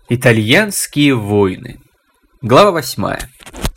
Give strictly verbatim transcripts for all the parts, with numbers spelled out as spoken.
Итальянские войны. Глава восьмая.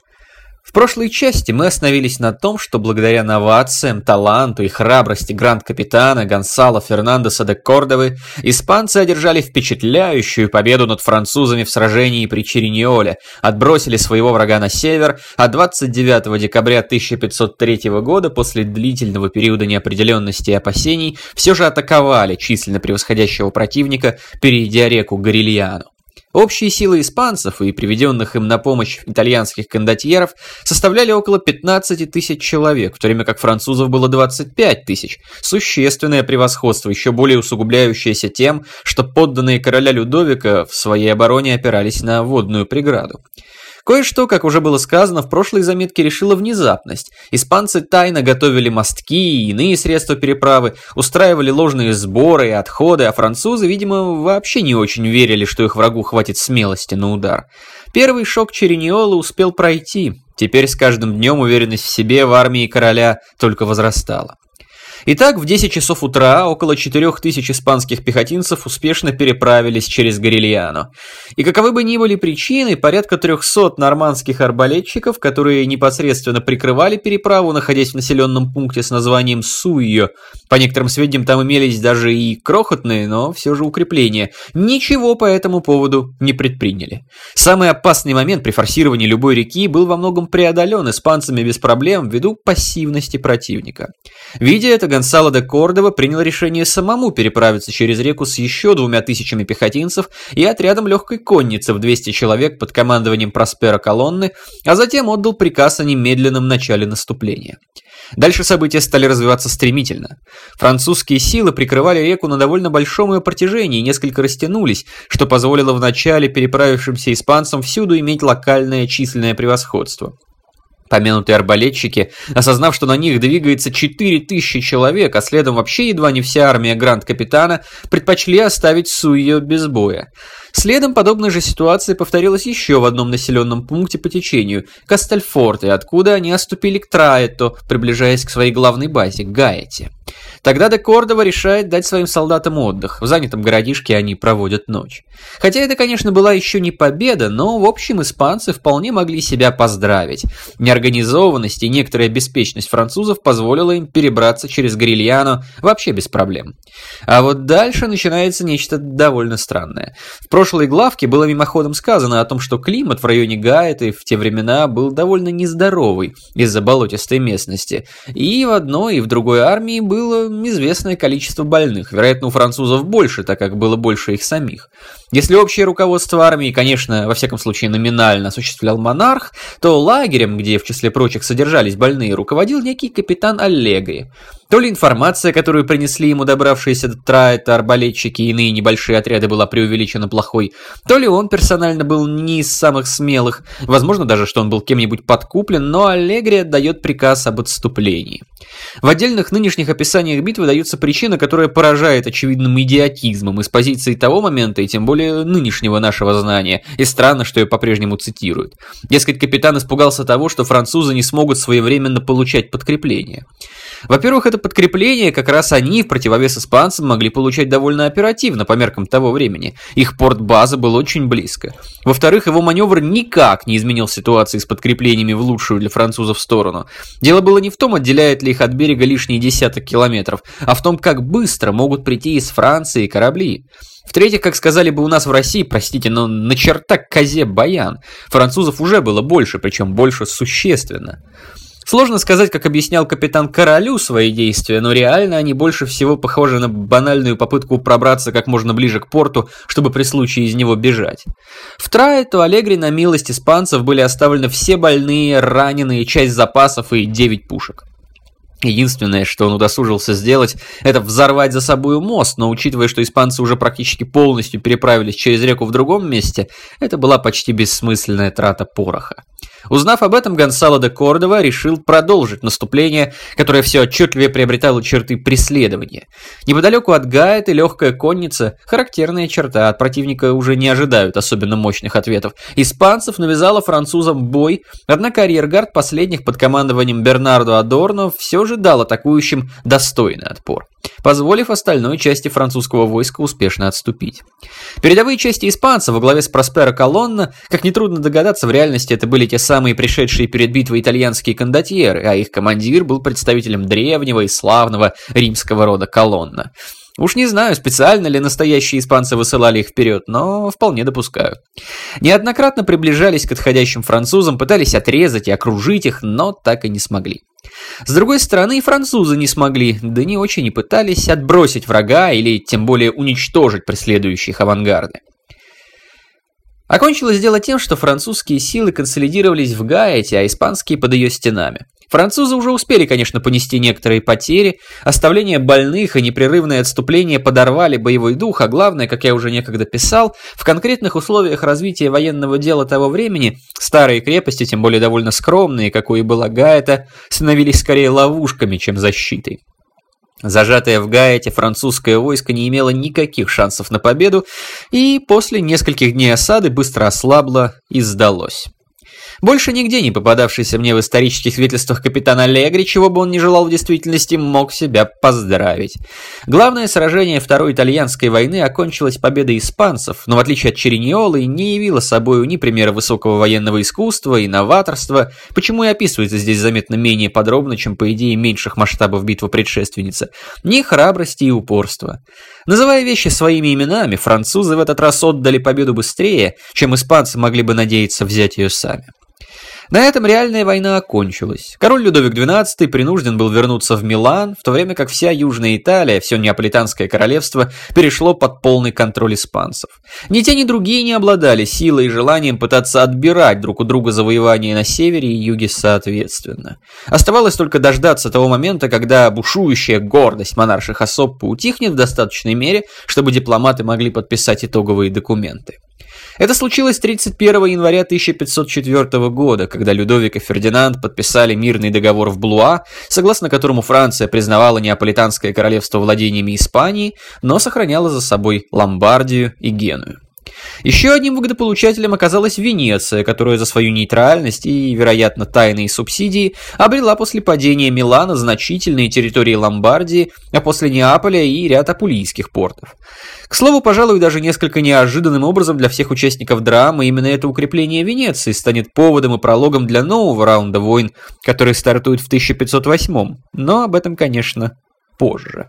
В прошлой части мы остановились на том, что благодаря новациям, таланту и храбрости гранд-капитана Гонсало Фернандеса де Кордовы испанцы одержали впечатляющую победу над французами в сражении при Чериньоле, отбросили своего врага на север, а двадцать девятого декабря тысяча пятьсот третьего года после длительного периода неопределенности и опасений все же атаковали численно превосходящего противника, перейдя реку Гарильяно. Общие силы испанцев и приведенных им на помощь итальянских кондотьеров составляли около пятнадцати тысяч человек, в то время как французов было двадцать пять тысяч. Существенное превосходство, еще более усугубляющееся тем, что подданные короля Людовика в своей обороне опирались на водную преграду. Кое-что, как уже было сказано, в прошлой заметке решила внезапность. Испанцы тайно готовили мостки и иные средства переправы, устраивали ложные сборы и отходы, а французы, видимо, вообще не очень верили, что их врагу хватит смелости на удар. Первый шок Чериньолы успел пройти. Теперь с каждым днем уверенность в себе в армии короля только возрастала. Итак, в десять часов утра около четырёх тысяч испанских пехотинцев успешно переправились через Гарильяно. И каковы бы ни были причины, порядка трехсот нормандских арбалетчиков, которые непосредственно прикрывали переправу, находясь в населенном пункте с названием Суйо, по некоторым сведениям там имелись даже и крохотные, но все же укрепления, ничего по этому поводу не предприняли. Самый опасный момент при форсировании любой реки был во многом преодолен испанцами без проблем ввиду пассивности противника. Видя это, Гонсало де Кордова принял решение самому переправиться через реку с еще двумя тысячами пехотинцев и отрядом легкой конницы в двести человек под командованием Проспера Колонны, а затем отдал приказ о немедленном начале наступления. Дальше события стали развиваться стремительно. Французские силы прикрывали реку на довольно большом ее протяжении и несколько растянулись, что позволило вначале переправившимся испанцам всюду иметь локальное численное превосходство. Помянутые арбалетчики, осознав, что на них двигается четыре тысячи человек, а следом вообще едва не вся армия гранд-капитана, предпочли оставить Суйо без боя. Следом подобная же ситуация повторилась еще в одном населенном пункте по течению – Кастельфорте, откуда они отступили к Траето, приближаясь к своей главной базе – Гаэте. Тогда де Кордова решает дать своим солдатам отдых. В занятом городишке они проводят ночь. Хотя это, конечно, была еще не победа, но в общем испанцы вполне могли себя поздравить. Неорганизованность и некоторая беспечность французов позволила им перебраться через Гарильяно вообще без проблем. А вот дальше начинается нечто довольно странное. В прошлой главке было мимоходом сказано о том, что климат в районе Гаэты в те времена был довольно нездоровый из-за болотистой местности. И в одной, и в другой армии было известное количество больных. Вероятно, у французов больше, так как было больше их самих. Если общее руководство армии, конечно, во всяком случае номинально осуществлял монарх, то лагерем, где в числе прочих содержались больные, руководил некий капитан Аллегри. То ли информация, которую принесли ему добравшиеся до Траэта арбалетчики и иные небольшие отряды, была преувеличена плохой, то ли он персонально был не из самых смелых, возможно даже, что он был кем-нибудь подкуплен, но Аллегри отдает приказ об отступлении. В отдельных нынешних описаниях битвы дается причина, которая поражает очевидным идиотизмом из позиции того момента и тем более нынешнего нашего знания, и странно, что ее по-прежнему цитируют. Дескать, капитан испугался того, что французы не смогут своевременно получать подкрепление. Во-первых, это подкрепление как раз они, в противовес испанцам, могли получать довольно оперативно по меркам того времени. Их порт-база был очень близко. Во-вторых, его маневр никак не изменил ситуации с подкреплениями в лучшую для французов сторону. Дело было не в том, отделяет ли их от берега лишний десяток километров, а в том, как быстро могут прийти из Франции корабли. В-третьих, как сказали бы у нас в России, простите, но на черта козе баян. Французов уже было больше, причем больше существенно. Сложно сказать, как объяснял капитан королю свои действия, но реально они больше всего похожи на банальную попытку пробраться как можно ближе к порту, чтобы при случае из него бежать. В Траэто Аллегри на милость испанцев были оставлены все больные, раненые, часть запасов и девять пушек. Единственное, что он удосужился сделать, это взорвать за собою мост, но учитывая, что испанцы уже практически полностью переправились через реку в другом месте, это была почти бессмысленная трата пороха. Узнав об этом, Гонсало де Кордова решил продолжить наступление, которое все отчетливее приобретало черты преследования. Неподалеку от Гаэты легкая конница, характерная черта, от противника уже не ожидают особенно мощных ответов, испанцев навязала французам бой, однако арьергард последних под командованием Бернардо Адорно все же дал атакующим достойный отпор, позволив остальной части французского войска успешно отступить. Передовые части испанцев во главе с Просперо Колонна, как нетрудно догадаться, в реальности это были те самые пришедшие перед битвой итальянские кондотьеры, а их командир был представителем древнего и славного римского рода Колонна. Уж не знаю, специально ли настоящие испанцы высылали их вперед, но вполне допускаю. Неоднократно приближались к отходящим французам, пытались отрезать и окружить их, но так и не смогли. С другой стороны, и французы не смогли, да не очень и пытались отбросить врага или тем более уничтожить преследующих авангарды. Окончилось дело тем, что французские силы консолидировались в Гаэте, а испанские под ее стенами. Французы уже успели, конечно, понести некоторые потери, оставление больных и непрерывное отступление подорвали боевой дух, а главное, как я уже некогда писал, в конкретных условиях развития военного дела того времени старые крепости, тем более довольно скромные, какой и была Гаэта, становились скорее ловушками, чем защитой. Зажатое в Гаэте французское войско не имело никаких шансов на победу, и после нескольких дней осады быстро ослабло и сдалось. Больше нигде не попадавшийся мне в исторических свидетельствах капитан Аллегри, чего бы он ни желал в действительности, мог себя поздравить. Главное сражение Второй итальянской войны окончилось победой испанцев, но в отличие от Чериньолы не явило собою ни примера высокого военного искусства и новаторства, почему и описывается здесь заметно менее подробно, чем по идее меньших масштабов битвы предшественницы, ни храбрости и упорства. Называя вещи своими именами, французы в этот раз отдали победу быстрее, чем испанцы могли бы надеяться взять ее сами. На этом реальная война окончилась. Король Людовик двенадцатый принужден был вернуться в Милан, в то время как вся Южная Италия, все Неаполитанское королевство перешло под полный контроль испанцев. Ни те, ни другие не обладали силой и желанием пытаться отбирать друг у друга завоевания на севере и юге соответственно. Оставалось только дождаться того момента, когда бушующая гордость монарших особ поутихнет в достаточной мере, чтобы дипломаты могли подписать итоговые документы. Это случилось тридцать первого января тысяча пятьсот четвёртого года, когда Людовик и Фердинанд подписали мирный договор в Блуа, согласно которому Франция признавала Неаполитанское королевство владениями Испании, но сохраняла за собой Ломбардию и Геную. Еще одним выгодополучателем оказалась Венеция, которая за свою нейтральность и, вероятно, тайные субсидии обрела после падения Милана значительные территории Ломбардии, а после Неаполя и ряд апулийских портов. К слову, пожалуй, даже несколько неожиданным образом для всех участников драмы именно это укрепление Венеции станет поводом и прологом для нового раунда войн, который стартует в тысяча пятьсот восьмом, но об этом, конечно, позже.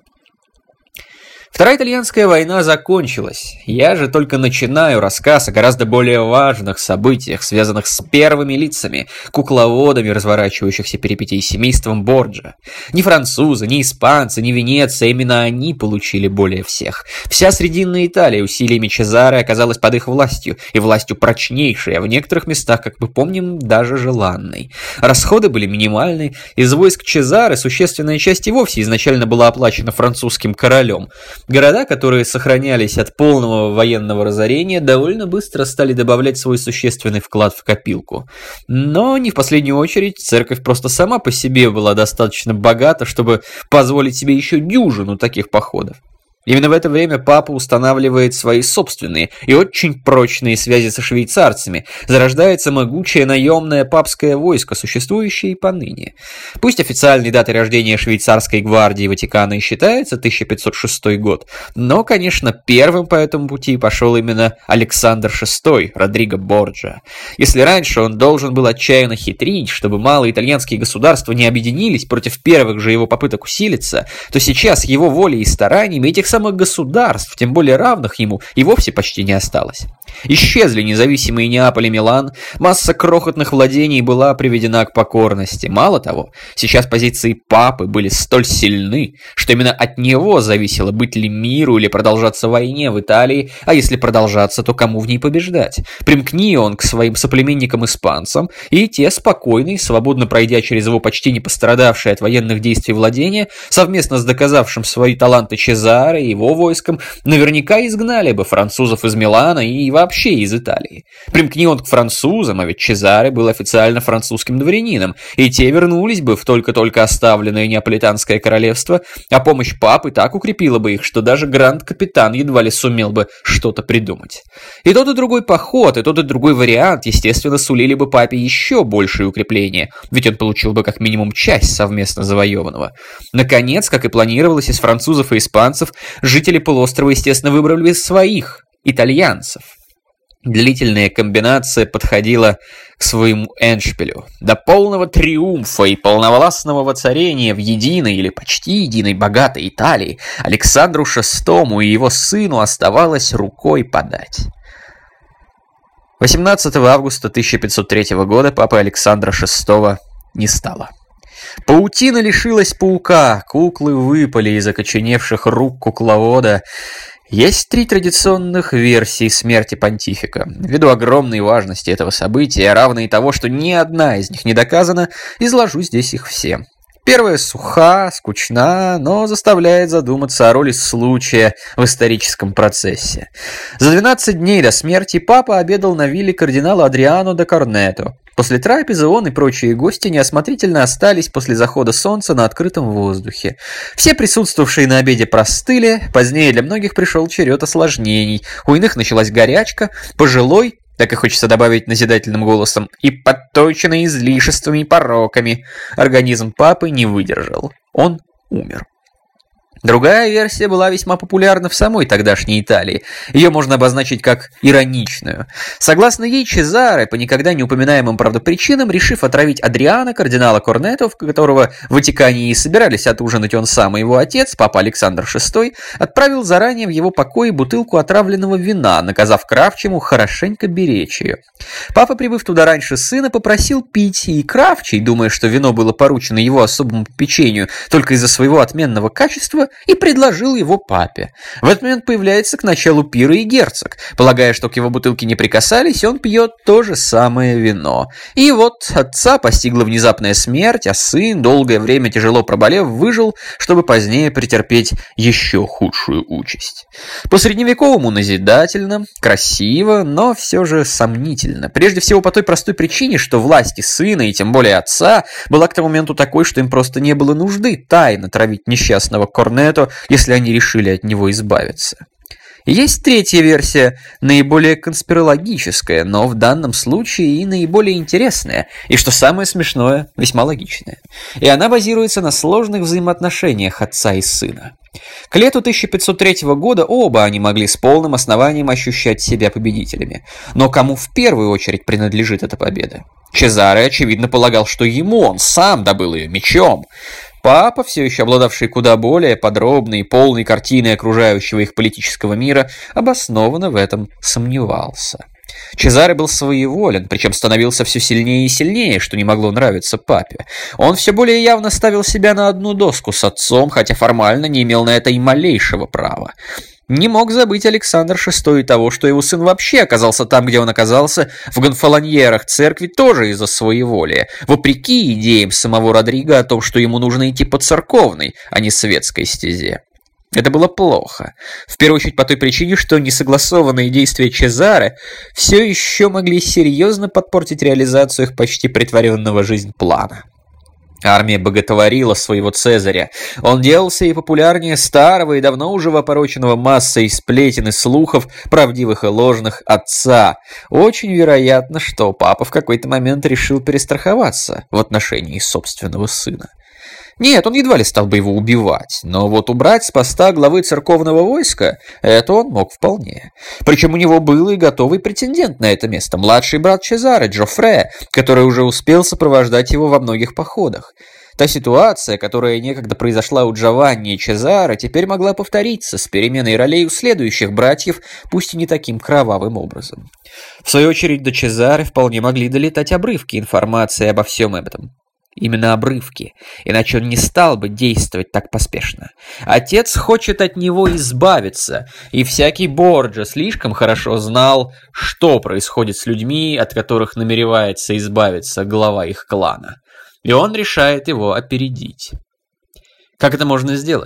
Вторая итальянская война закончилась. Я же только начинаю рассказ о гораздо более важных событиях, связанных с первыми лицами, кукловодами разворачивающихся перипетий семейством Борджа. Ни французы, ни испанцы, ни Венеция, именно они получили более всех. Вся Срединная Италия усилиями Чезаре оказалась под их властью, и властью прочнейшей, а в некоторых местах, как мы помним, даже желанной. Расходы были минимальны, из войск Чезаре существенная часть и вовсе изначально была оплачена французским королем. Города, которые сохранялись от полного военного разорения, довольно быстро стали добавлять свой существенный вклад в копилку. Но не в последнюю очередь, церковь просто сама по себе была достаточно богата, чтобы позволить себе еще дюжину таких походов. Именно в это время папа устанавливает свои собственные и очень прочные связи со швейцарцами, зарождается могучее наемное папское войско, существующее и поныне. Пусть официальной датой рождения швейцарской гвардии Ватикана и считается тысяча пятьсот шестой год, но, конечно, первым по этому пути пошел именно Александр шестой, Родриго Борджа. Если раньше он должен был отчаянно хитрить, чтобы малые итальянские государства не объединились против первых же его попыток усилиться, то сейчас его волей и стараниями этих самых государств, тем более равных ему, и вовсе почти не осталось. Исчезли независимые Неаполь и Милан, масса крохотных владений была приведена к покорности. Мало того, сейчас позиции папы были столь сильны, что именно от него зависело, быть ли миру или продолжаться войне в Италии, а если продолжаться, то кому в ней побеждать. Примкни он к своим соплеменникам-испанцам, и те, спокойно и свободно пройдя через его почти не пострадавшие от военных действий владения, совместно с доказавшим свои таланты Чезаре и его войском, наверняка изгнали бы французов из Милана и вообще вообще из Италии. Примкни он к французам, а ведь Чезаре был официально французским дворянином, и те вернулись бы в только-только оставленное Неаполитанское королевство, а помощь папы так укрепила бы их, что даже гранд-капитан едва ли сумел бы что-то придумать. И тот и другой поход, и тот и другой вариант, естественно, сулили бы папе еще большее укрепление, ведь он получил бы как минимум часть совместно завоеванного. Наконец, как и планировалось, из французов и испанцев жители полуострова, естественно, выбрали своих, итальянцев. Длительная комбинация подходила к своему эндшпилю. До полного триумфа и полновластного воцарения в единой или почти единой богатой Италии Александру шестому и его сыну оставалось рукой подать. восемнадцатого августа тысяча пятьсот третьего года папы Александра шестого не стало. Паутина лишилась паука, куклы выпали из окоченевших рук кукловода. Есть три традиционных версии смерти понтифика. Ввиду огромной важности этого события, равной того, что ни одна из них не доказана, изложу здесь их все. Первая суха, скучна, но заставляет задуматься о роли случая в историческом процессе. За двенадцать дней до смерти папа обедал на вилле кардинала Адриано де Корнетто. После трапезы он и прочие гости неосмотрительно остались после захода солнца на открытом воздухе. Все присутствовавшие на обеде простыли, позднее для многих пришел черед осложнений. У иных началась горячка, пожилой, так и хочется добавить назидательным голосом, и подточенный излишествами и пороками. Организм папы не выдержал. Он умер. Другая версия была весьма популярна в самой тогдашней Италии. Ее можно обозначить как ироничную. Согласно ей, Чезаре, по никогда не упоминаемым, правда, причинам, решив отравить Адриано, кардинала Корнетто, которого в Ватикане и собирались отужинать он сам и его отец, папа Александр шестой, отправил заранее в его покое бутылку отравленного вина, наказав Кравчему хорошенько беречь ее. Папа, прибыв туда раньше сына, попросил пить, и Кравчий, думая, что вино было поручено его особому попечению только из-за своего отменного качества, и предложил его папе. В этот момент появляется к началу пира и герцог. Полагая, что к его бутылке не прикасались, он пьет то же самое вино. И вот отца постигла внезапная смерть, а сын, долгое время тяжело проболев, выжил, чтобы позднее претерпеть еще худшую участь. По-средневековому назидательно, красиво, но все же сомнительно. Прежде всего по той простой причине, что власти сына и тем более отца была к тому моменту такой, что им просто не было нужды тайно травить несчастного Корнетто, если они решили от него избавиться. Есть третья версия, наиболее конспирологическая, но в данном случае и наиболее интересная, и, что самое смешное, весьма логичная. И она базируется на сложных взаимоотношениях отца и сына. К лету тысяча пятьсот третьего года оба они могли с полным основанием ощущать себя победителями. Но кому в первую очередь принадлежит эта победа? Чезаре, очевидно, полагал, что ему он сам добыл ее мечом. Папа, все еще обладавший куда более подробной и полной картиной окружающего их политического мира, обоснованно в этом сомневался. Чезаре был своеволен, причем становился все сильнее и сильнее, что не могло нравиться папе. Он все более явно ставил себя на одну доску с отцом, хотя формально не имел на это и малейшего права. Не мог забыть Александр шестой и того, что его сын вообще оказался там, где он оказался, в гонфалоньерах церкви, тоже из-за своеволия, вопреки идеям самого Родриго о том, что ему нужно идти по церковной, а не светской стезе. Это было плохо. В первую очередь по той причине, что несогласованные действия Чезаре все еще могли серьезно подпортить реализацию их почти претворенного в жизнь плана. Армия боготворила своего Цезаря. Он делался и популярнее старого и давно уже опороченного массой сплетен и слухов, правдивых и ложных, отца. Очень вероятно, что папа в какой-то момент решил перестраховаться в отношении собственного сына. Нет, он едва ли стал бы его убивать, но вот убрать с поста главы церковного войска – это он мог вполне. Причем у него был и готовый претендент на это место – младший брат Чезаре, Джоффре, который уже успел сопровождать его во многих походах. Та ситуация, которая некогда произошла у Джованни и Чезаре, теперь могла повториться с переменой ролей у следующих братьев, пусть и не таким кровавым образом. В свою очередь до Чезаре вполне могли долетать обрывки информации обо всем этом. Именно обрывки, иначе он не стал бы действовать так поспешно. Отец хочет от него избавиться, и всякий Борджа слишком хорошо знал, что происходит с людьми, от которых намеревается избавиться глава их клана. И он решает его опередить. Как это можно сделать?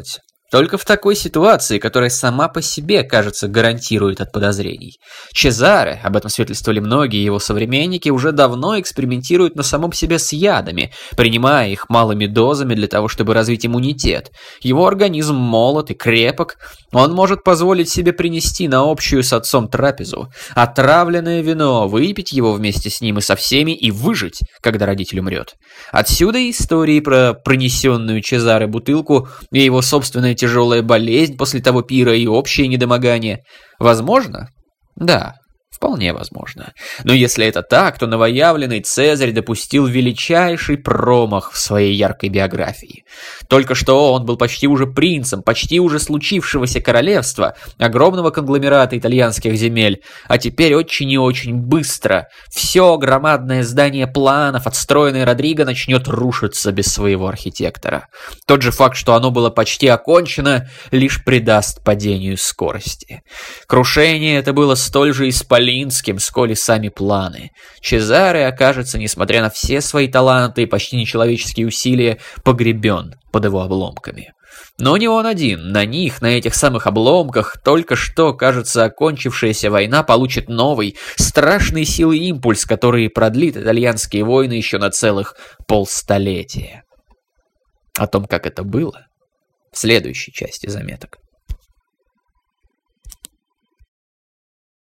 Только в такой ситуации, которая сама по себе, кажется, гарантирует от подозрений. Чезаре, об этом свидетельствовали многие его современники, уже давно экспериментирует на самом себе с ядами, принимая их малыми дозами для того, чтобы развить иммунитет. Его организм молод и крепок, он может позволить себе принести на общую с отцом трапезу отравленное вино, выпить его вместе с ним и со всеми и выжить, когда родитель умрет. Отсюда и истории про пронесенную Чезаре бутылку и его собственное тяжелая болезнь после того пира и общее недомогание. Возможно? Да, вполне возможно. Но если это так, то новоявленный Цезарь допустил величайший промах в своей яркой биографии. Только что он был почти уже принцем, почти уже случившегося королевства, огромного конгломерата итальянских земель, а теперь очень и очень быстро все громадное здание планов, отстроенное Родриго, начнет рушиться без своего архитектора. Тот же факт, что оно было почти окончено, лишь придаст падению скорости. Крушение это было столь же исполинским, сколь и сами планы. Чезаре окажется, несмотря на все свои таланты и почти нечеловеческие усилия, погребен под его обломками. Но не он один. На них, на этих самых обломках, только что, кажется, окончившаяся война получит новый, страшной силы импульс, который продлит итальянские войны еще на целых полстолетия. О том, как это было, в следующей части заметок.